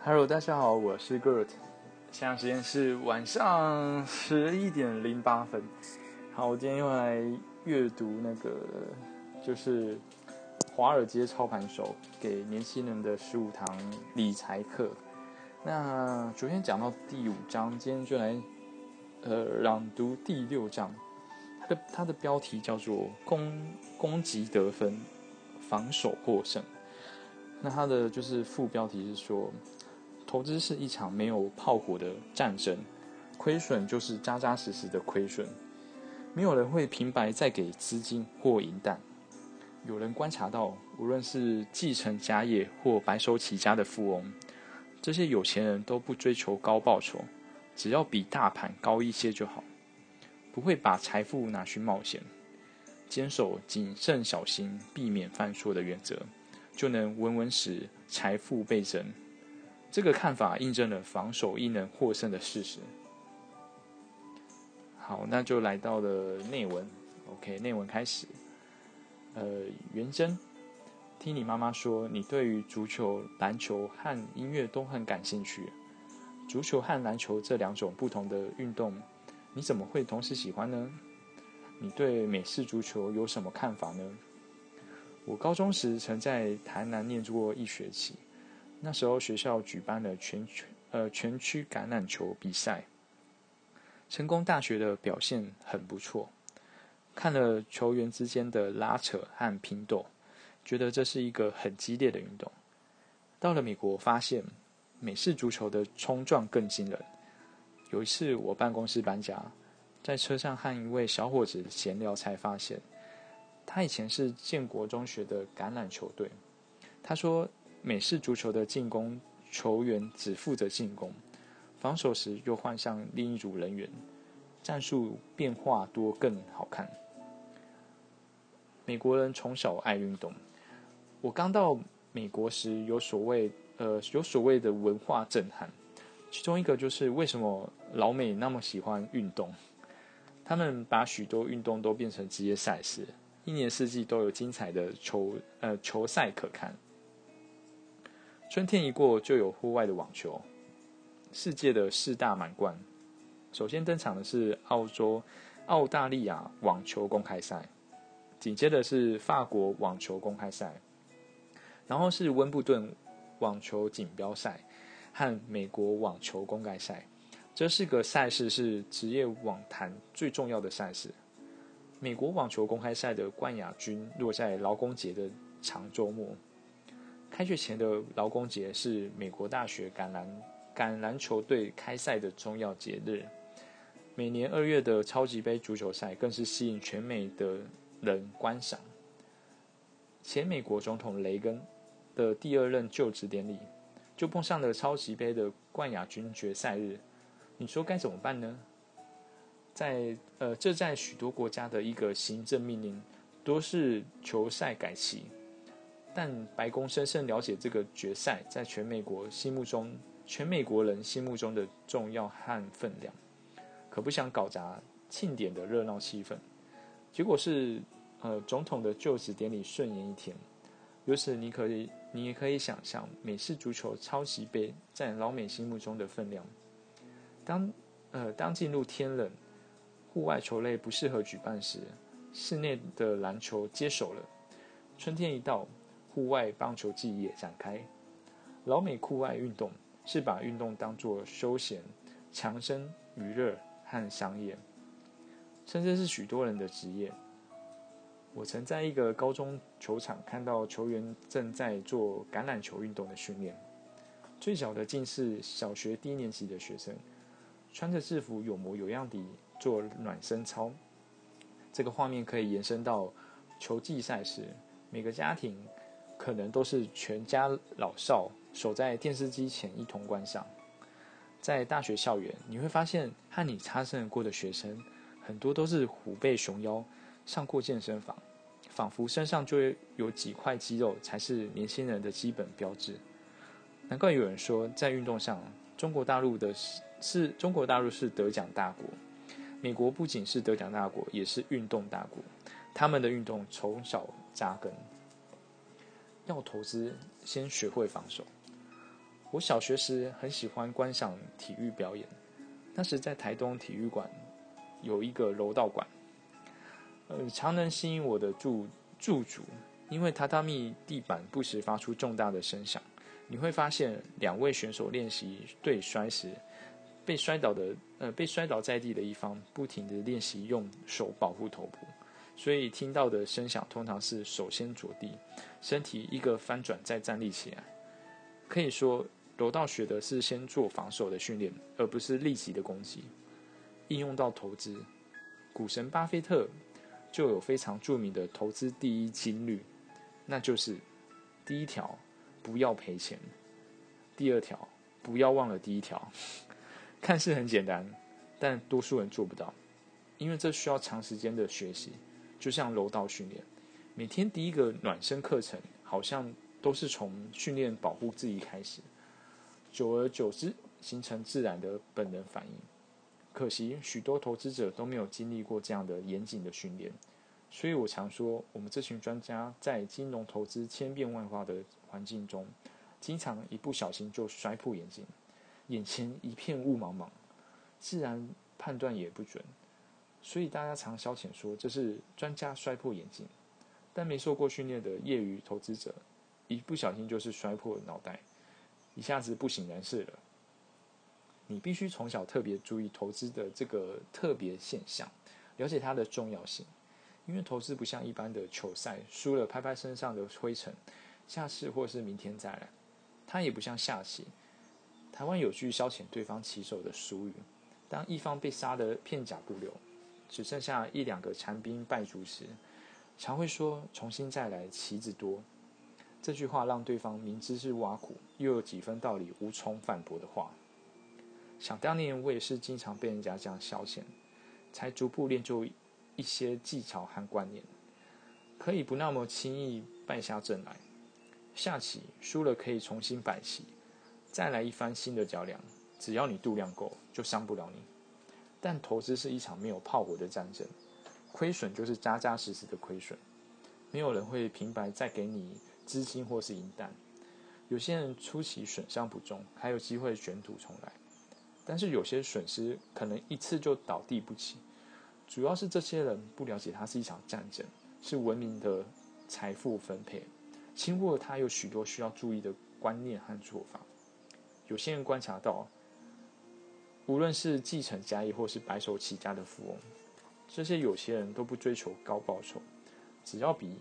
Hello，大家好，我是 Gert， 现在时间是晚上11:08。好，我今天又来阅读就是华尔街操盘手给年轻人的15堂理财课。那昨天讲到第5章，今天就来朗读第6章。它的标题叫做攻击得分，防守获胜。那它的就是副标题是说，投资是一场没有炮火的战争，亏损就是扎扎实实的亏损。没有人会平白再给资金或银弹。有人观察到，无论是继承家业或白手起家的富翁，这些有钱人都不追求高报酬，只要比大盘高一些就好，不会把财富拿去冒险，坚守谨慎小心、避免犯错的原则，就能稳稳使财富倍增。这个看法印证了防守亦能获胜的事实。好，那就来到了内文。OK， 内文开始。元真，听你妈妈说，你对于足球、篮球和音乐都很感兴趣。足球和篮球这2种不同的运动，你怎么会同时喜欢呢？你对美式足球有什么看法呢？我高中时曾在台南念过1学期，那时候学校举办了全区橄榄球比赛，成功大学的表现很不错。看了球员之间的拉扯和拼斗，觉得这是一个很激烈的运动。到了美国，发现美式足球的冲撞更惊人。有一次我办公室搬家，在车上和一位小伙子闲聊，才发现他以前是建国中学的橄榄球队。他说，美式足球的进攻球员只负责进攻，防守时又换上另一组人员，战术变化多更好看。美国人从小爱运动。我刚到美国时有所谓的文化震撼，其中一个就是为什么老美那么喜欢运动。他们把许多运动都变成职业赛事，一年四季都有精彩的球赛可看。春天一过，就有户外的网球，世界的4大满贯。首先登场的是澳大利亚网球公开赛，紧接着是法国网球公开赛，然后是温布顿网球锦标赛和美国网球公开赛。这4个赛事是职业网坛最重要的赛事。美国网球公开赛的冠亚军落在劳工节的长周末。开学前的劳工节是美国大学橄榄球队开赛的重要节日。每年2月的超级杯足球赛更是吸引全美的人观赏。前美国总统雷根的第2任就职典礼，就碰上了超级杯的冠亚军决赛日。你说该怎么办呢？这在许多国家的一个行政命令，多是球赛改期。但白宫深深了解这个决赛在全美国人心目中的重要和分量，可不想搞砸庆典的热闹气氛。结果是总统的就职典礼顺延1天。由此你也可以想象美式足球超级杯在老美心目中的分量。当进入天冷，户外球类不适合举办时，室内的篮球接手了。春天一到，户外棒球季也展开。老美酷爱运动，是把运动当作休闲、强身、娱乐和商业，甚至是许多人的职业。我曾在一个高中球场看到球员正在做橄榄球运动的训练。最小的竟是小学低年级的学生，穿着制服有模有样地做暖身操。这个画面可以延伸到球技赛事，每个家庭可能都是全家老少守在电视机前一同观赏。在大学校园，你会发现和你擦身而过的学生很多都是虎背熊腰，上过健身房，仿佛身上就有几块肌肉才是年轻人的基本标志。难怪有人说，在运动上，中国大陆是得奖大国。美国不仅是得奖大国，也是运动大国。他们的运动从小扎根。要投资，先学会防守。 我小学时很喜欢观赏体育表演，那时在台东体育馆有一个柔道馆，常能吸引我的驻足，因为榻榻米地板不时发出重大的声响。你会发现，两位选手练习对摔时，被摔倒在地的一方不停地练习用手保护头部，所以听到的声响通常是手先着地，身体一个翻转再站立起来。可以说，柔道学的是先做防守的训练，而不是立即的攻击。应用到投资，股神巴菲特就有非常著名的投资第一金律，那就是第一条，不要赔钱；第二条，不要忘了第一条。看似很简单，但多数人做不到，因为这需要长时间的学习。就像柔道训练，每天第一个暖身课程好像都是从训练保护自己开始，久而久之形成自然的本能反应。可惜许多投资者都没有经历过这样的严谨的训练，所以我常说，我们这群专家在金融投资千变万化的环境中，经常一不小心就摔破眼镜，眼前一片雾茫茫，自然判断也不准。所以大家常消遣说这是专家摔破眼镜，但没受过训练的业余投资者，一不小心就是摔破脑袋，一下子不省人事了。你必须从小特别注意投资的这个特别现象，了解它的重要性。因为投资不像一般的球赛，输了拍拍身上的灰尘，下次或是明天再来。它也不像下棋，台湾有句消遣对方棋手的俗语：当一方被杀得片甲不留，只剩下一两个残兵败卒时，常会说重新再来，棋子多。这句话让对方明知是挖苦，又有几分道理无从反驳的话。想当年我也是经常被人家这样消遣，才逐步练就一些技巧和观念，可以不那么轻易败下阵来。下棋输了可以重新摆棋，再来一番新的较量，只要你度量够，就伤不了你。但投资是一场没有炮火的战争，亏损就是扎扎实实的亏损，没有人会平白再给你资金或是银弹。有些人初期损伤不重，还有机会卷土重来，但是有些损失可能一次就倒地不起。主要是这些人不了解它是一场战争，是文明的财富分配，轻忽了它有许多需要注意的观念和做法。有些人观察到，无论是继承家业或是白手起家的富翁，这些有钱人都不追求高报酬，只要比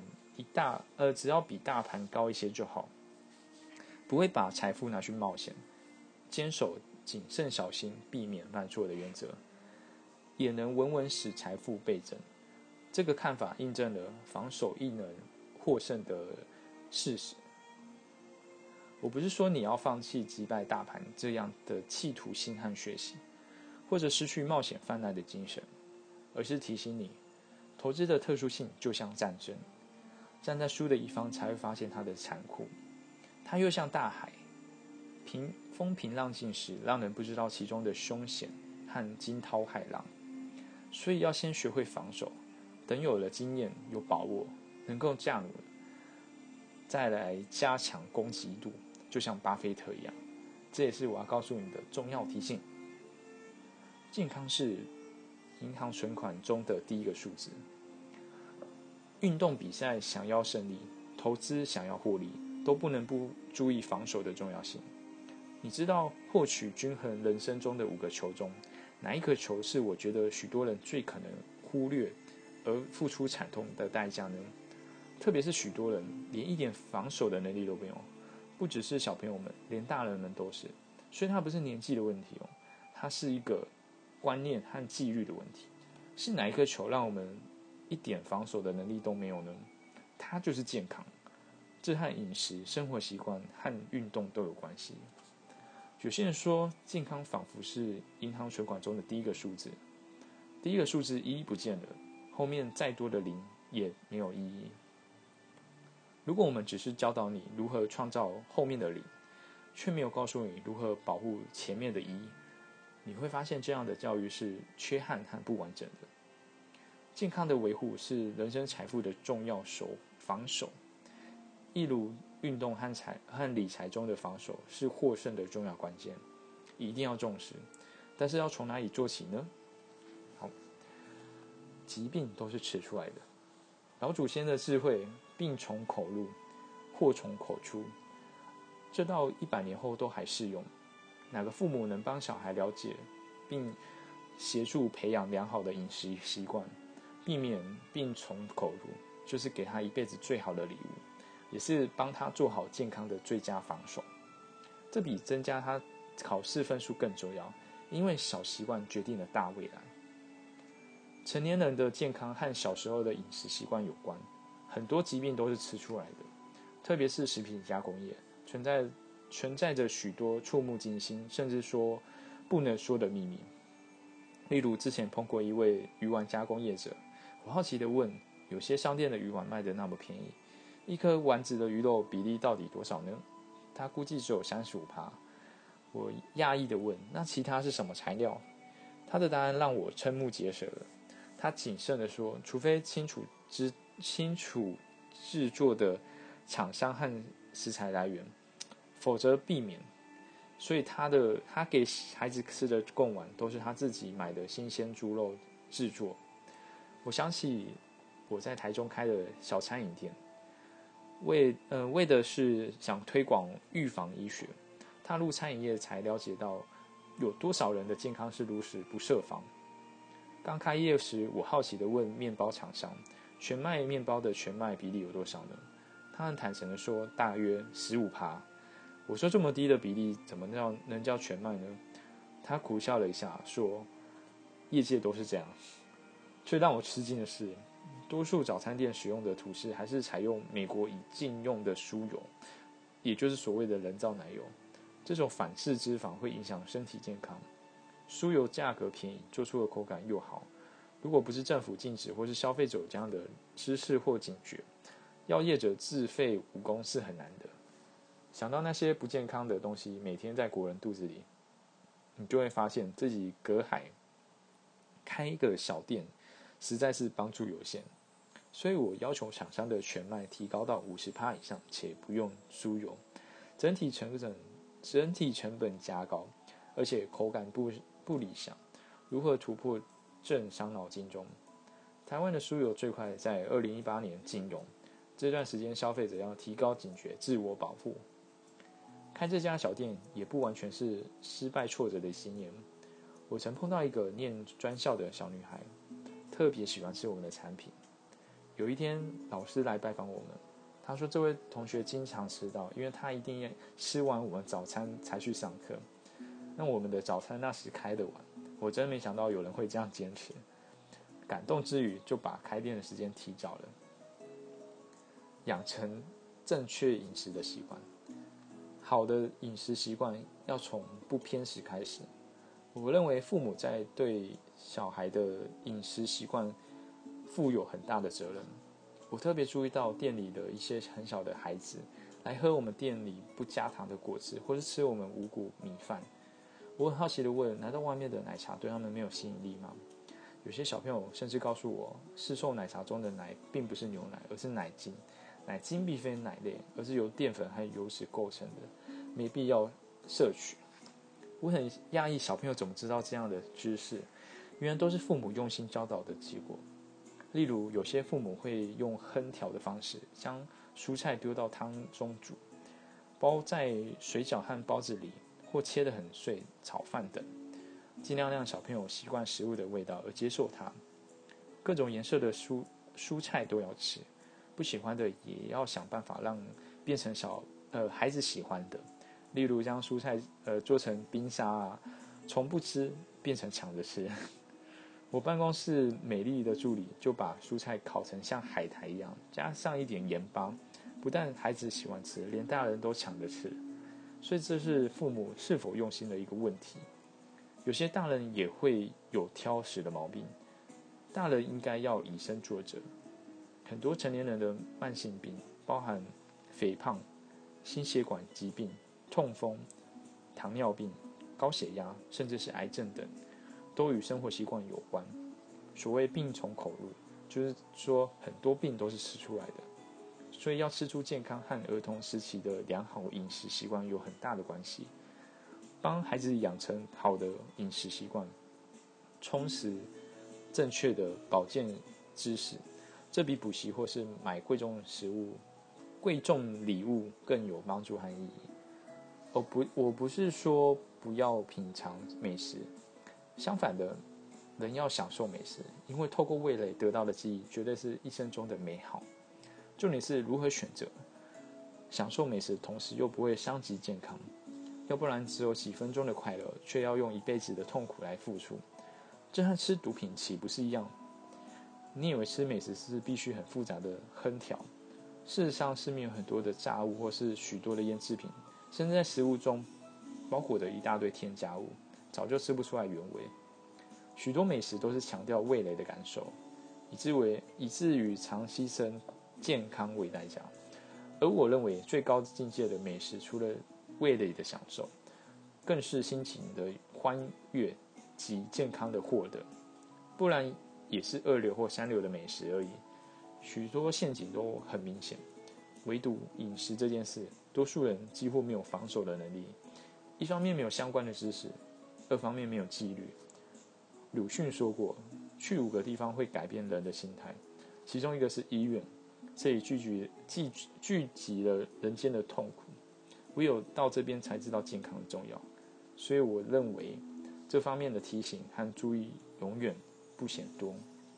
大盘高一些就好，不会把财富拿去冒险，坚守谨慎小心，避免犯错的原则，也能稳稳使财富倍增。这个看法印证了防守亦能获胜的事实。我不是说你要放弃击败大盘这样的企图心和学习，或者失去冒险犯难的精神，而是提醒你，投资的特殊性就像战争，站在输的一方才会发现它的残酷。它又像大海，风平浪静时，让人不知道其中的凶险和惊涛骇浪。所以要先学会防守，等有了经验、有把握，能够驾驭，再来加强攻击度，就像巴菲特一样。这也是我要告诉你的重要提醒。健康是银行存款中的第一个数字。运动比赛想要胜利，投资想要获利，都不能不注意防守的重要性。你知道获取均衡人生中的5个球中，哪一颗球是我觉得许多人最可能忽略而付出惨痛的代价呢？特别是许多人连一点防守的能力都没有，不只是小朋友们，连大人们都是。所以它不是年纪的问题哦，它是一个观念和纪律的问题。是哪一颗球让我们一点防守的能力都没有呢？它就是健康。这和饮食、生活习惯和运动都有关系。有些人说，健康仿佛是银行存款中的第一个数字，第一个数字1不见了，后面再多的零也没有意义。如果我们只是教导你如何创造后面的零，却没有告诉你如何保护前面的1，你会发现这样的教育是缺憾和不完整的。健康的维护是人生财富的重要防守。一如运动和理财中的防守是获胜的重要关键，一定要重视。但是要从哪里做起呢？好，疾病都是吃出来的。老祖先的智慧，病从口入，祸从口出，这到100年后都还适用。哪个父母能帮小孩了解，并协助培养良好的饮食习惯，避免病从口入，就是给他一辈子最好的礼物，也是帮他做好健康的最佳防守。这比增加他考试分数更重要，因为小习惯决定了大未来。成年人的健康和小时候的饮食习惯有关，很多疾病都是吃出来的，特别是食品加工业存在着许多触目惊心，甚至说不能说的秘密。例如之前碰过一位鱼丸加工业者，我好奇地问，有些商店的鱼丸卖得那么便宜，一颗丸子的鱼肉比例到底多少呢？他估计只有35%。我讶异地问，那其他是什么材料？他的答案让我瞠目结舌了。他谨慎地说，除非清楚制作的厂商和食材来源，否则避免。所以他给孩子吃的贡丸都是他自己买的新鲜猪肉制作。我想起我在台中开的小餐饮店，为的是想推广预防医学。踏入餐饮业才了解到有多少人的健康是如此不设防。刚开业时，我好奇地问面包厂商，全麦面包的全麦比例有多少呢？他很坦诚地说，大约15%。我说这么低的比例怎么能叫全麦呢？他苦笑了一下，说业界都是这样。最让我吃惊的是，多数早餐店使用的吐司还是采用美国已禁用的酥油，也就是所谓的人造奶油。这种反式脂肪会影响身体健康。酥油价格便宜，做出的口感又好，如果不是政府禁止或是消费者有这样的知识或警觉，要业者自废武功是很难的。想到那些不健康的东西每天在国人肚子里，你就会发现自己隔海开一个小店实在是帮助有限。所以我要求厂商的全麦提高到50%以上，且不用酥油，整体成本加高，而且口感不理想。如何突破正伤脑筋中。台湾的酥油最快在2018年禁用，这段时间消费者要提高警觉，自我保护。开这家小店也不完全是失败挫折的经验。我曾碰到一个念专校的小女孩，特别喜欢吃我们的产品。有一天老师来拜访我们，他说这位同学经常迟到，因为他一定要吃完我们早餐才去上课。那我们的早餐那时开得晚，我真没想到有人会这样坚持。感动之余，就把开店的时间提早了，养成正确饮食的习惯。好的饮食习惯要从不偏食开始。我认为父母在对小孩的饮食习惯负有很大的责任。我特别注意到店里的一些很小的孩子来喝我们店里不加糖的果汁，或是吃我们五谷米饭。我很好奇地问，难道外面的奶茶对他们没有吸引力吗？有些小朋友甚至告诉我，市售奶茶中的奶并不是牛奶，而是奶精。奶精并非奶类，而是由淀粉和油脂构成的，没必要摄取。我很讶异小朋友怎么知道这样的知识，原来都是父母用心教导的结果。例如有些父母会用烹调的方式，将蔬菜丢到汤中煮，包在水饺和包子里，或切得很碎炒饭等，尽量让小朋友习惯食物的味道而接受它。各种颜色的蔬菜都要吃，不喜欢的也要想办法让变成孩子喜欢的。例如将蔬菜做成冰沙啊，从不吃变成抢着吃。我办公室美丽的助理就把蔬菜烤成像海苔一样，加上一点盐巴，不但孩子喜欢吃，连大人都抢着吃。所以这是父母是否用心的一个问题。有些大人也会有挑食的毛病，大人应该要以身作则。很多成年人的慢性病，包含肥胖、心血管疾病、痛风、糖尿病、高血压，甚至是癌症等，都与生活习惯有关。所谓病从口入，就是说很多病都是吃出来的。 所以要吃出健康和儿童时期的良好饮食习惯有很大的关系。帮孩子养成好的饮食习惯，充实正确的保健知识，这比补习或是买贵重礼物更有帮助和意义。我不是说不要品尝美食，相反的，人要享受美食，因为透过味蕾得到的记忆，绝对是一生中的美好。重点是如何选择，享受美食的同时又不会伤及健康，要不然只有几分钟的快乐，却要用一辈子的痛苦来付出，这和吃毒品岂不是一样？你以为吃美食是必须很复杂的烹调，事实上市面有很多的炸物或是许多的腌制品，甚至在食物中包裹的一大堆添加物，早就吃不出来原味。许多美食都是强调味蕾的感受，以至于常牺牲健康为代价。而我认为最高境界的美食，除了味蕾的享受，更是心情的欢悦及健康的获得，不然也是二流或三流的美食而已。许多陷阱都很明显，唯独饮食这件事，多数人几乎没有防守的能力。一方面没有相关的知识，二方面没有纪律。鲁迅说过，去5个地方会改变人的心态，其中一个是医院，这里聚集了人间的痛苦，唯有到这边才知道健康的重要。所以我认为这方面的提醒和注意永远不嫌多。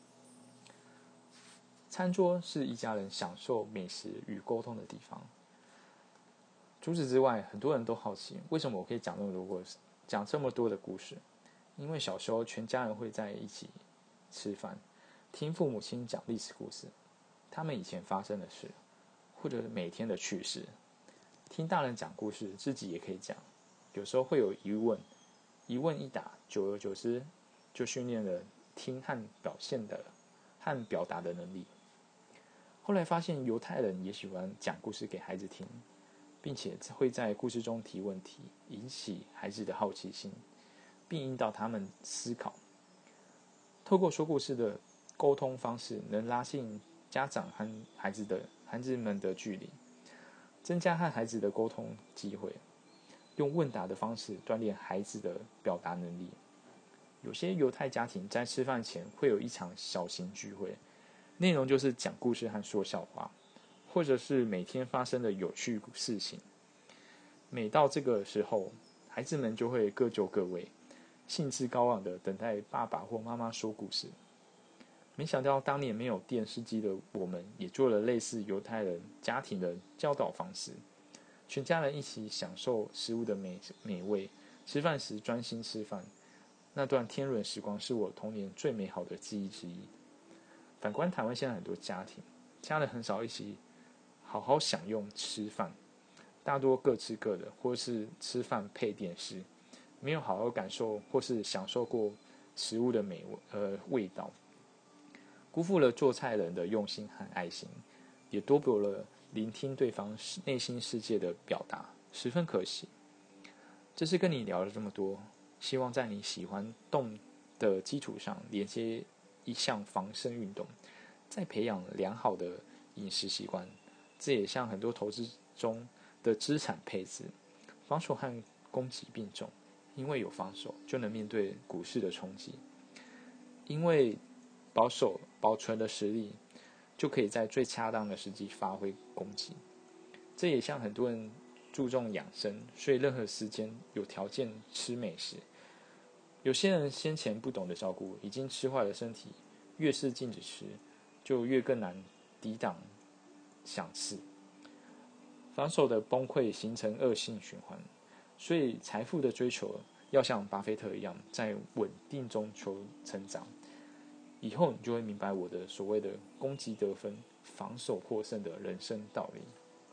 餐桌是一家人享受美食与沟通的地方。除此之外，很多人都好奇，为什么我可以讲这么多的故事？因为小时候全家人会在一起吃饭，听父母亲讲历史故事，他们以前发生的事，或者每天的趣事。听大人讲故事，自己也可以讲。有时候会有疑问，一问一答，久而久之，就训练了听和表达的能力。后来发现犹太人也喜欢讲故事给孩子听，并且会在故事中提问题，引起孩子的好奇心，并引导他们思考。透过说故事的沟通方式，能拉近家长和孩子们的距离，增加和孩子的沟通机会。用问答的方式锻炼孩子的表达能力。有些犹太家庭在吃饭前会有一场小型聚会，内容就是讲故事和说笑话，或者是每天发生的有趣事情。每到这个时候，孩子们就会各就各位，兴致高昂地等待爸爸或妈妈说故事。没想到当年没有电视机的我们，也做了类似犹太人家庭的教导方式。全家人一起享受食物的美味，吃饭时专心吃饭，那段天伦时光是我童年最美好的记忆之一。反观台湾现在很多家庭，家人很少一起好好享用吃饭，大多各吃各的，或是吃饭配电视，没有好好感受或是享受过食物的味道，辜负了做菜人的用心和爱心，也夺走了聆听对方内心世界的表达，十分可惜。这次跟你聊了这么多，希望在你喜欢动的基础上，连接一项防身运动，再培养良好的饮食习惯。这也像很多投资中的资产配置，防守和攻击并重，因为有防守就能面对股市的冲击，因为保存的实力，就可以在最恰当的时机发挥攻击。这也像很多人注重养生，所以任何时间有条件吃美食。有些人先前不懂得照顾，已经吃坏了身体，越是禁止吃，就越更难抵挡想吃。防守的崩溃形成恶性循环，所以财富的追求要像巴菲特一样，在稳定中求成长。以后你就会明白我的所谓的攻击得分，防守获胜的人生道理。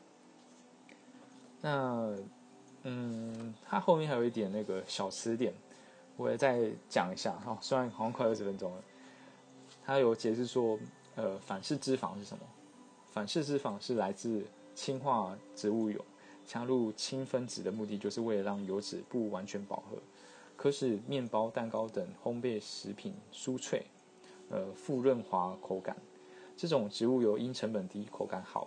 那它后面还有一点那个小词典，我也再讲一下哈。虽然好像快20分钟了，它有解释说，反式脂肪是什么？反式脂肪是来自氢化植物油，加入氢分子的目的就是为了让油脂不完全饱和，可使面包、蛋糕等烘焙食品酥脆。富润滑口感，这种植物油因成本低、口感好，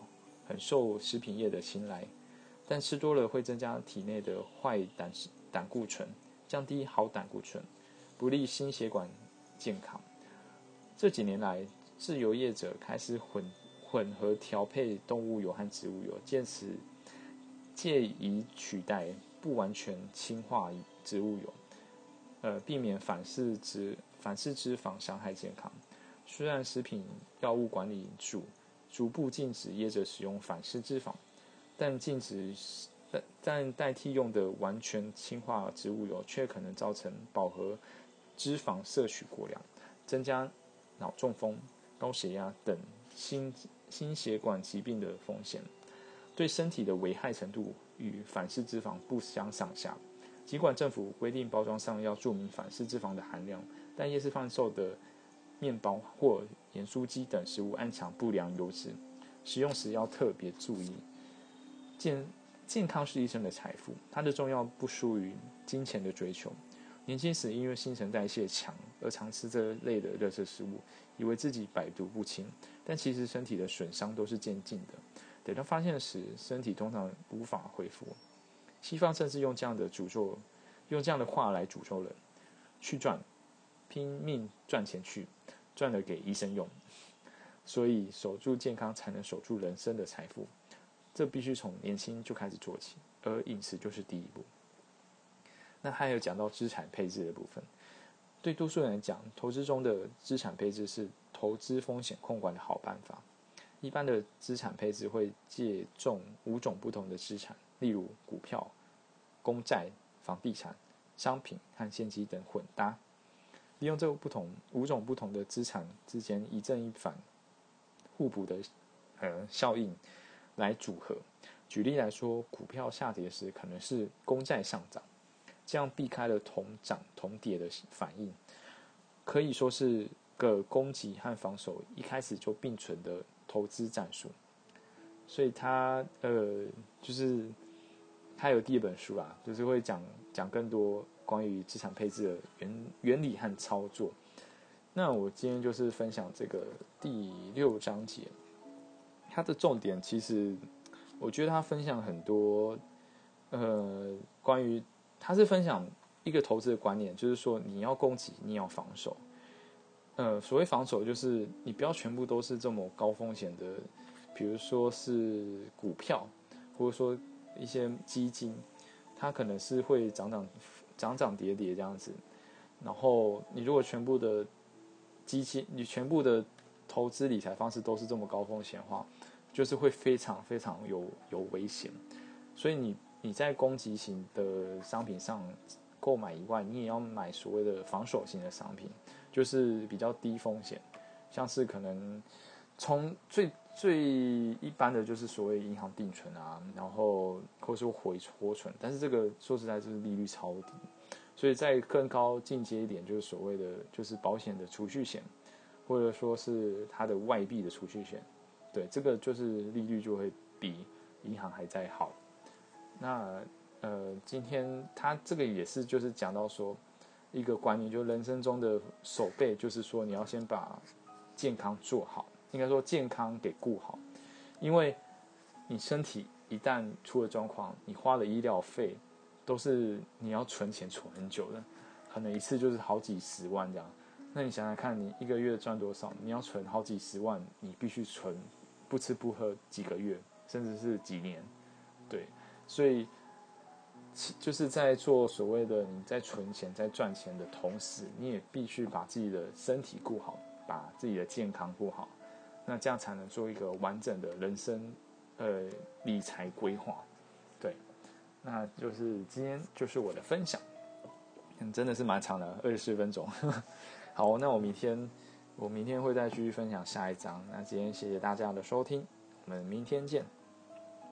很受食品业的青睐，但吃多了会增加体内的坏胆固醇，降低好胆固醇，不利心血管健康。这几年来，制油业者开始混合调配动物油和植物油，借以取代不完全氢化植物油，避免反式脂肪伤害健康。虽然食品药物管理署逐步禁止业者使用反式脂肪，但代替用的完全氢化植物油却可能造成饱和脂肪摄取过量，增加脑中风、高血压等心血管疾病的风险，对身体的危害程度与反式脂肪不相上下。尽管政府规定包装上要注明反式脂肪的含量，但夜市贩售的面包或盐酥鸡等食物暗藏不良油脂，食用时要特别注意。健康是一生的财富，它的重要不输于金钱的追求。年轻时因为新陈代谢强而常吃这类的垃圾食物，以为自己百毒不侵，但其实身体的损伤都是渐进的，等到发现时，身体通常无法恢复。西方甚至用这样的话来诅咒人：去赚，拼命赚钱去，赚了给医生用。所以守住健康才能守住人生的财富，这必须从年轻就开始做起，而饮食就是第一步。那还有讲到资产配置的部分，对多数人来讲，投资中的资产配置是投资风险控管的好办法。一般的资产配置会借重5种不同的资产，例如股票、公债、房地产、商品和现金等混搭，利用这5种不同的资产之间一正一反互补的效应来组合。举例来说，股票下跌时可能是公债上涨，这样避开了同涨同跌的反应，可以说是个攻击和防守一开始就并存的投资战术。所以就是他有第2本书啦，就是会讲更多关于资产配置的原理和操作。那我今天就是分享这个第6章节，它的重点其实我觉得他分享很多关于他是分享一个投资的观念，就是说你要攻击，你要防守。所谓防守就是你不要全部都是这么高风险的，比如说是股票，或者说一些基金，它可能是会涨跌这样子。然后你如果全部的你全部的投资理财方式都是这么高风险的话，就是会非常非常有危险。所以你在攻击型的商品上购买以外，你也要买所谓的防守型的商品，就是比较低风险，像是可能从最一般的就是所谓银行定存啊，然后或是活存，但是这个说实在就是利率超低。所以再更高进阶一点，就是所谓的就是保险的储蓄险，或者说是它的外币的储蓄险，对，这个就是利率就会比银行还在好。那今天他这个也是就是讲到说一个观念，就人生中的守备，就是说你要先把健康做好，应该说健康给顾好，因为你身体一旦出了状况，你花了医疗费，都是你要存钱存很久的，可能一次就是好几十万这样。那你想想看，你一个月赚多少？你要存好几十万，你必须存不吃不喝几个月，甚至是几年。对，所以就是在做所谓的你在存钱、在赚钱的同时，你也必须把自己的身体顾好，把自己的健康顾好，那这样才能做一个完整的人生理财规划。对，那就是今天就是我的分享，真的是蛮长的，24分钟。好，那我明天会再继续分享下一章。那今天谢谢大家的收听，我们明天见。